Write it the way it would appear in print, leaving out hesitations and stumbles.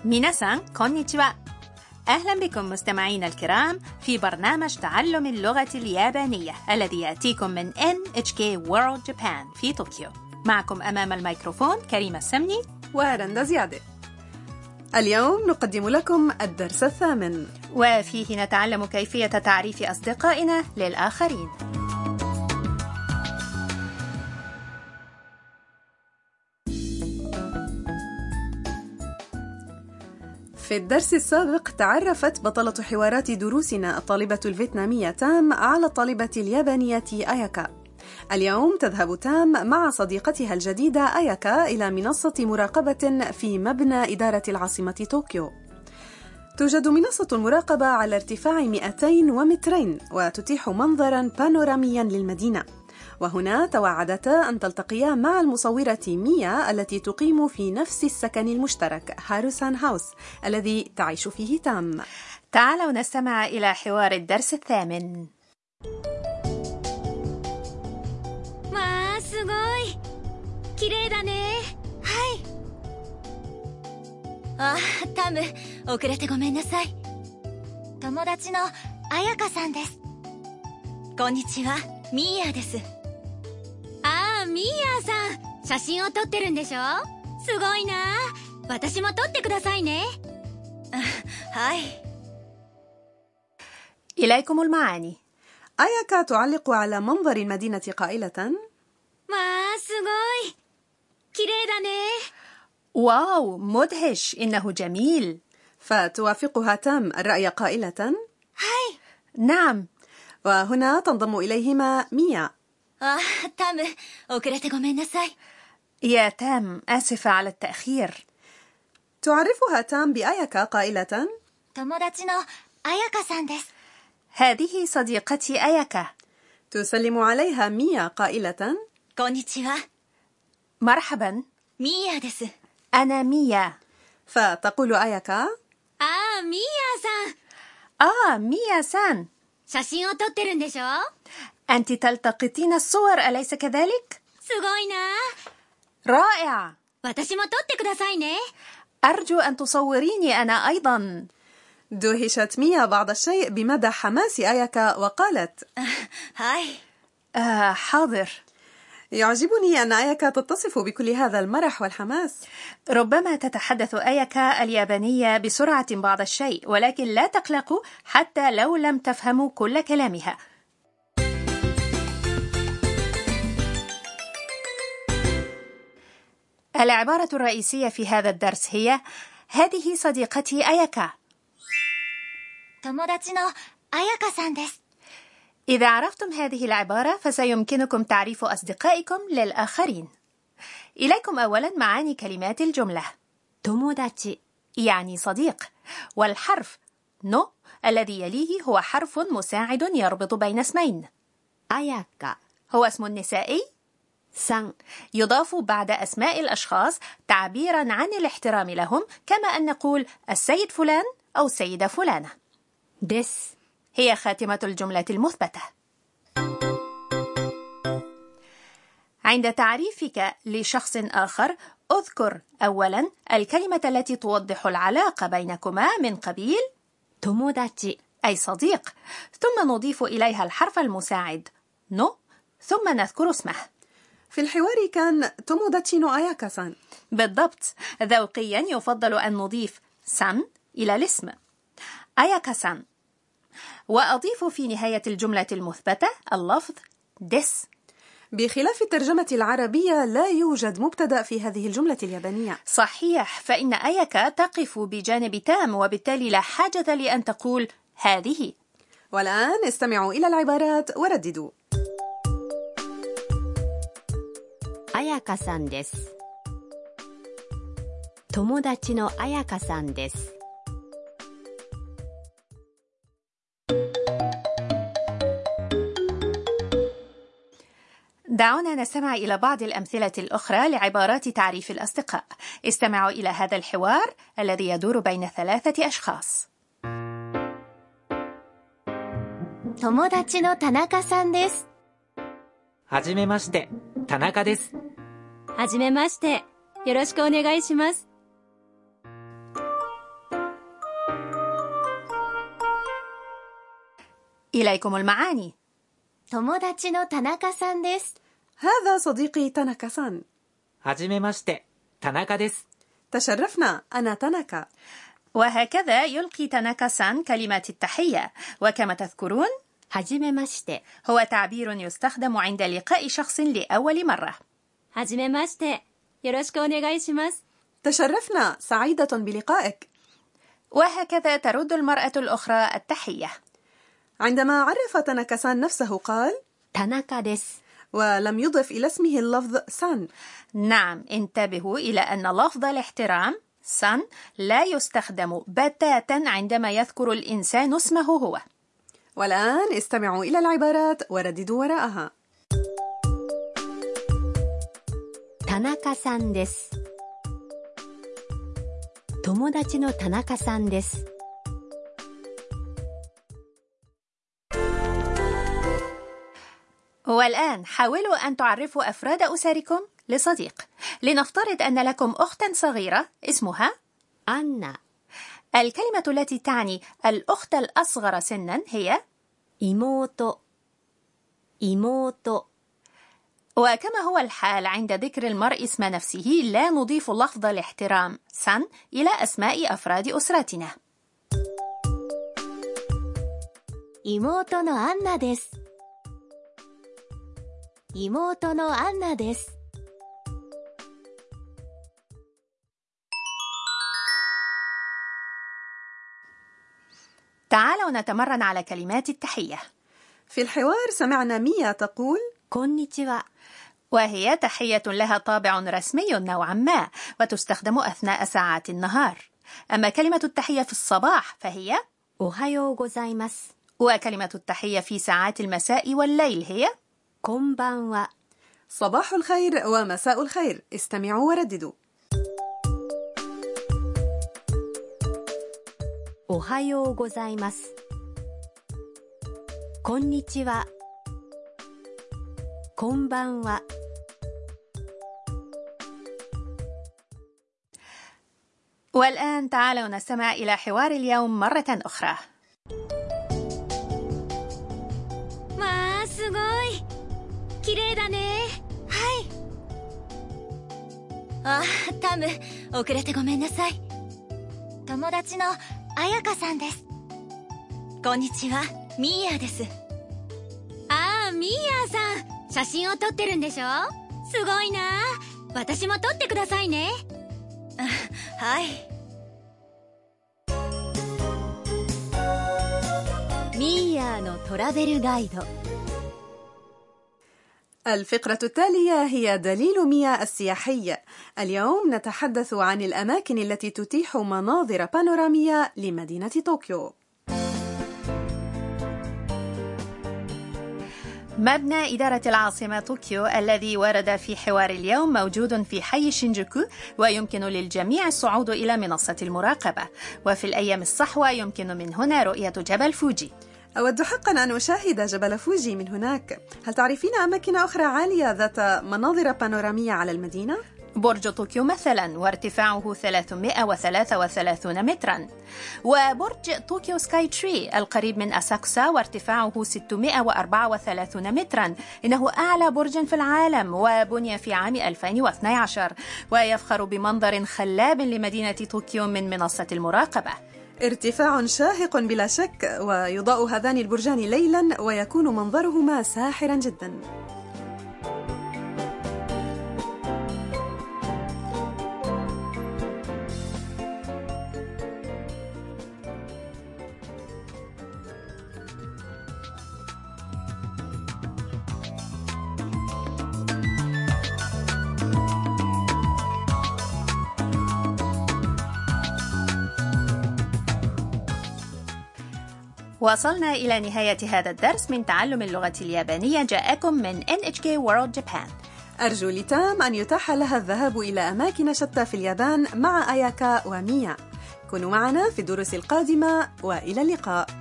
ميناسان كونيتشوا. أهلا بكم مستمعينا الكرام في برنامج تعلم اللغة اليابانية الذي يأتيكم من NHK World Japan في طوكيو. معكم أمام الميكروفون كريمة السمني ورندا زيادة. اليوم نقدم لكم الدرس 8 وفيه نتعلم كيفية تعريف أصدقائنا للآخرين. في الدرس السابق تعرفت بطلة حوارات دروسنا الطالبة الفيتنامية تام على الطالبة اليابانية أياكا. اليوم تذهب تام مع صديقتها الجديدة أياكا إلى منصة مراقبة في مبنى إدارة العاصمة طوكيو. توجد منصة المراقبة على ارتفاع 200 ومترين وتتيح منظرا بانوراميا للمدينة، وهنا توعدتا أن تلتقيا مع المصورة ميا التي تقيم في نفس السكن المشترك هاروسان هاوس الذي تعيش فيه تام. تعالوا نستمع إلى حوار الدرس 8. すごい綺麗だね。はい。あ、タム、遅れてごめんなさい。友達の彩香さんです。こんにちは、ミーヤです。ああ、ミーヤさん、写真を撮ってるんでしょ？すごいな。私も撮ってくださいね。はい。 إليكم المعاني. أياكا تعلق على منظر المدينة قائلة: すごい綺麗だね. واو، مدهش، إنه جميل. فتوافقها تام الرأي قائلة: はい. نعم. وهنا تنضم إليهما ميا. タム、遅れてごめんなさい. يا تام، آسفة على التأخير. تعرفها تام بأياكا قائلة: 友達の彩香さんです. هذه صديقتي أياكا. تسلم عليها ميا قائلة: こんにちは. مرحبا. ミーヤです. أنا ميا. فتقول أياكا: ミーヤさん. ميا سان. 写真を撮ってるんでしょ? أنت تلتقطين الصور، أليس كذلك؟ すごいな. رائع. 私も撮ってくださいね. أرجو أن تصوريني أنا أيضا. دهشت ميا بعض الشيء بمدى حماس أياكا وقالت: はい. حاضر. يعجبني أن أياكا تتصف بكل هذا المرح والحماس. ربما تتحدث أياكا اليابانية بسرعة بعض الشيء، ولكن لا تقلقوا حتى لو لم تفهموا كل كلامها. العبارة الرئيسية في هذا الدرس هي: هذه صديقتي أياكا. 友達の彩香さんです. إذا عرفتم هذه العبارة فسيمكنكم تعريف أصدقائكم للآخرين. إليكم أولا معاني كلمات الجملة. 友達 يعني صديق، والحرف نو الذي يليه هو حرف مساعد يربط بين اسمين. 彩香 هو اسم نسائي さん يضاف بعد أسماء الأشخاص تعبيرا عن الاحترام لهم، كما أن نقول السيد فلان أو السيدة فلانة. です هي خاتمة الجملة المثبتة. عند تعريفك لشخص آخر اذكر أولا الكلمة التي توضح العلاقة بينكما من قبيل 友達 أي صديق، ثم نضيف إليها الحرف المساعد نو، ثم نذكر اسمه. في الحوار كان توموداتشي نو أياكا سان. بالضبط. ذوقيا يفضل أن نضيف سان إلى الاسم أياكا سان، وأضيف في نهاية الجملة المثبتة اللفظ ديس. بخلاف الترجمة العربية لا يوجد مبتدأ في هذه الجملة اليابانية. صحيح، فإن أياكا تقف بجانب تام، وبالتالي لا حاجة لأن تقول هذه. والآن استمعوا إلى العبارات ورددوا. 彩香さんです. 友達の彩香さんです. دعونا نستمع إلى بعض الأمثلة الأخرى لعبارات تعريف الأصدقاء. استمعوا إلى هذا الحوار الذي يدور بين 3 أشخاص. 友達の田中さんです. はじめまして、田中です. はじめまして、よろしくお願いします. إليكم المعاني. 友達の田中さんです。 هذا صديقي تاناكا-سان. はじめまして、田中です。 تشرفنا، أنا تاناكا. وهكذا يلقي تاناكا-سان كلمة التحية، وكما تذكرون はじめまして。 هو تعبير يستخدم عند لقاء شخص لأول مرة. はじめまして。よろしくお願いします。 تشرفنا، سعيدة بلقائك. وهكذا ترد المرأة الأخرى التحية. عندما عرف تاناكا-سان نفسه قال 田中です。 ولم يضف إلى اسمه اللفظ سان. نعم، انتبهوا إلى أن لفظ الاحترام سان لا يستخدم بتاتا عندما يذكر الإنسان اسمه هو. والآن استمعوا إلى العبارات ورددوا وراءها. 田中さんです。友達の田中さんです。 والآن حاولوا أن تعرفوا أفراد أسركم لصديق. لنفترض أن لكم أختا صغيرة اسمها アンナ。 الكلمة التي تعني الأخت الأصغر سنا هي 妹。妹。 وكما هو الحال عند ذكر المرء اسم نفسه لا نضيف لفظ الاحترام سان إلى أسماء أفراد أسرتنا. 妹のアンナです。妹のアンナです。 تعالوا نتمرن على كلمات التحية. في الحوار سمعنا ميا تقول こんにちは。 وهي تحية لها طابع رسمي نوعا ما وتستخدم أثناء ساعات النهار. أما كلمة التحية في الصباح فهي おはようございます。 وكلمة التحية في ساعات المساء والليل هي こんばんは。 صباح الخير ومساء الخير. استمعوا ورددوا. おはようございます。こんにちは。こんばんは。 والآن تعالوا نستمع إلى حوار اليوم مرة أخرى. まあすごい。綺麗だね。はい。あ、タム、遅れてごめんなさい。友達の彩香さんです。こんにちは、ミーヤです。ああ、ミーヤさん。写真を撮ってるんでしょ？すごいな。私も撮ってくださいね。はい。ミーヤのトラベルガイド。 الفقرة التالية هي دليل ميا السياحي. اليوم نتحدث عن الأماكن التي تتيح مناظر بانورامية لمدينة طوكيو. مبنى إدارة العاصمة طوكيو الذي ورد في حوار اليوم موجود في حي شينجوكو، ويمكن للجميع الصعود إلى منصة المراقبة، وفي الأيام الصحوة يمكن من هنا رؤية جبل فوجي. أود حقا أن أشاهد جبل فوجي من هناك. هل تعرفين أماكن أخرى عالية ذات مناظر بانورامية على المدينة؟ برج طوكيو مثلا وارتفاعه 333 مترا، وبرج طوكيو سكاي تري القريب من أساكوسا وارتفاعه 634 مترا. إنه أعلى برج في العالم وبني في عام 2012 ويفخر بمنظر خلاب لمدينة طوكيو من منصة المراقبة. ارتفاع شاهق بلا شك، ويضاء هذان البرجان ليلا ويكون منظرهما ساحرا جدا. وصلنا إلى نهاية هذا الدرس من تعلم اللغة اليابانية جاءكم من NHK World Japan. أرجو لتام أن يتاح لها الذهاب إلى أماكن شتى في اليابان مع أياكا وميا. كونوا معنا في الدروس القادمة وإلى اللقاء.